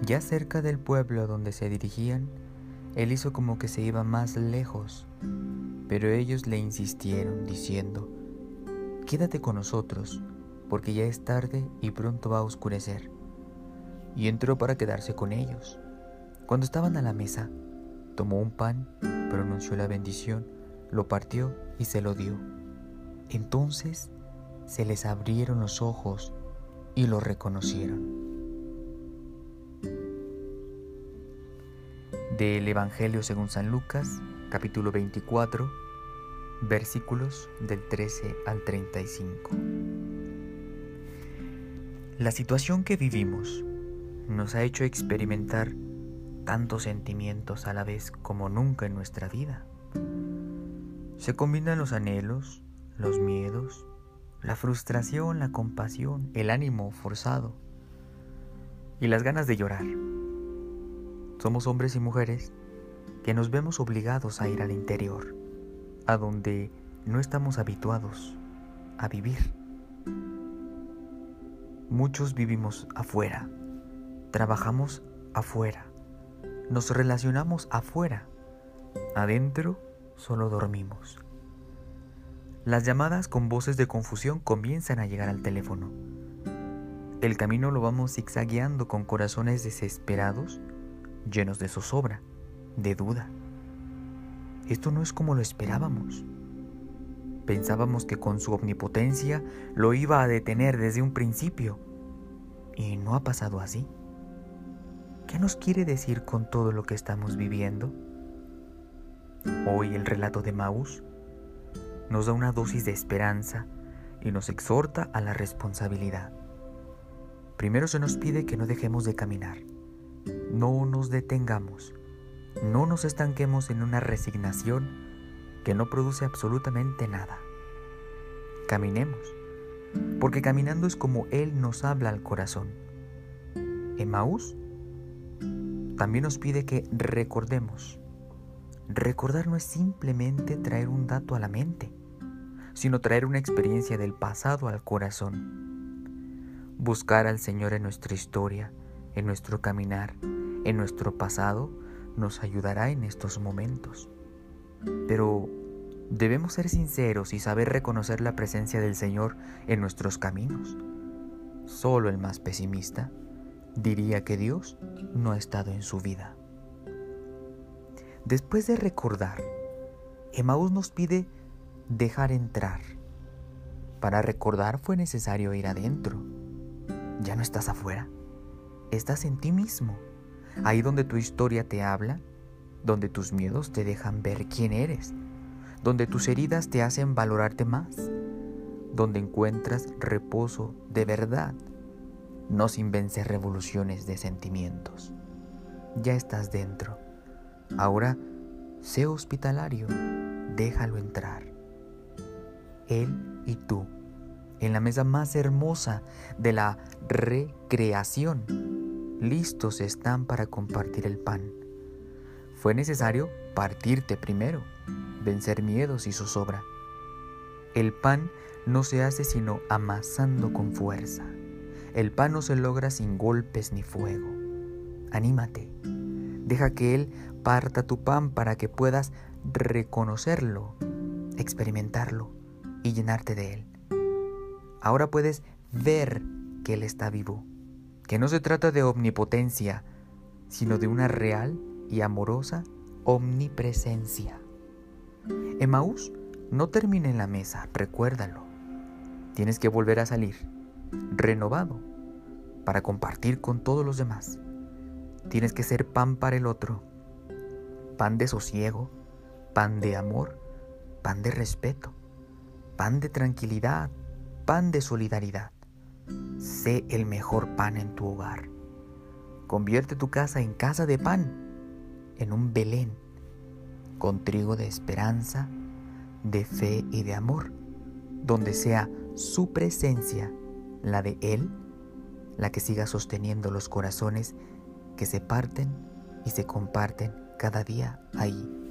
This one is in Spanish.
Ya cerca del pueblo a donde se dirigían, él hizo como que se iba más lejos, pero ellos le insistieron diciendo: «Quédate con nosotros, porque ya es tarde y pronto va a oscurecer». Y entró para quedarse con ellos. Cuando estaban a la mesa, tomó un pan, pronunció la bendición, lo partió y se lo dio. Entonces se les abrieron los ojos y lo reconocieron. Del Evangelio según San Lucas, capítulo 24, versículos del 13 al 35. La situación que vivimos nos ha hecho experimentar tantos sentimientos a la vez como nunca en nuestra vida. Se combinan los anhelos, los miedos, la frustración, la compasión, el ánimo forzado y las ganas de llorar. Somos hombres y mujeres que nos vemos obligados a ir al interior, a donde no estamos habituados a vivir. Muchos vivimos afuera, trabajamos afuera, nos relacionamos afuera, adentro solo dormimos. Las llamadas con voces de confusión comienzan a llegar al teléfono. El camino lo vamos zigzagueando con corazones desesperados, llenos de zozobra, de duda. Esto no es como lo esperábamos. Pensábamos que con su omnipotencia lo iba a detener desde un principio, y no ha pasado así. ¿Qué nos quiere decir con todo lo que estamos viviendo? Hoy el relato de Emaús nos da una dosis de esperanza y nos exhorta a la responsabilidad. Primero se nos pide que no dejemos de caminar, no nos detengamos, no nos estanquemos en una resignación que no produce absolutamente nada. Caminemos, porque caminando es como Él nos habla al corazón. Emaús también nos pide que recordemos. Recordar no es simplemente traer un dato a la mente, sino traer una experiencia del pasado al corazón. Buscar al Señor en nuestra historia, en nuestro caminar, en nuestro pasado, nos ayudará en estos momentos. Pero debemos ser sinceros y saber reconocer la presencia del Señor en nuestros caminos. Solo el más pesimista diría que Dios no ha estado en su vida. Después de recordar, Emaús nos pide dejar entrar. Para recordar fue necesario ir adentro. Ya no estás afuera, estás en ti mismo, ahí donde tu historia te habla, donde tus miedos te dejan ver quién eres, donde tus heridas te hacen valorarte más, donde encuentras reposo de verdad, no sin vencer revoluciones de sentimientos. Ya estás dentro. Ahora, sé hospitalario, déjalo entrar. Él y tú, en la mesa más hermosa de la recreación, listos están para compartir el pan. Fue necesario partirte primero, vencer miedos y zozobra. El pan no se hace sino amasando con fuerza. El pan no se logra sin golpes ni fuego. Anímate. Deja que Él parta tu pan para que puedas reconocerlo, experimentarlo y llenarte de Él. Ahora puedes ver que Él está vivo, que no se trata de omnipotencia, sino de una real y amorosa omnipresencia. Emaús no termina en la mesa, recuérdalo. Tienes que volver a salir, renovado, para compartir con todos los demás. Tienes que ser pan para el otro, pan de sosiego, pan de amor, pan de respeto, pan de tranquilidad, pan de solidaridad. Sé el mejor pan en tu hogar. Convierte tu casa en casa de pan, en un Belén, con trigo de esperanza, de fe y de amor, donde sea su presencia, la de Él, la que siga sosteniendo los corazones que se parten y se comparten cada día ahí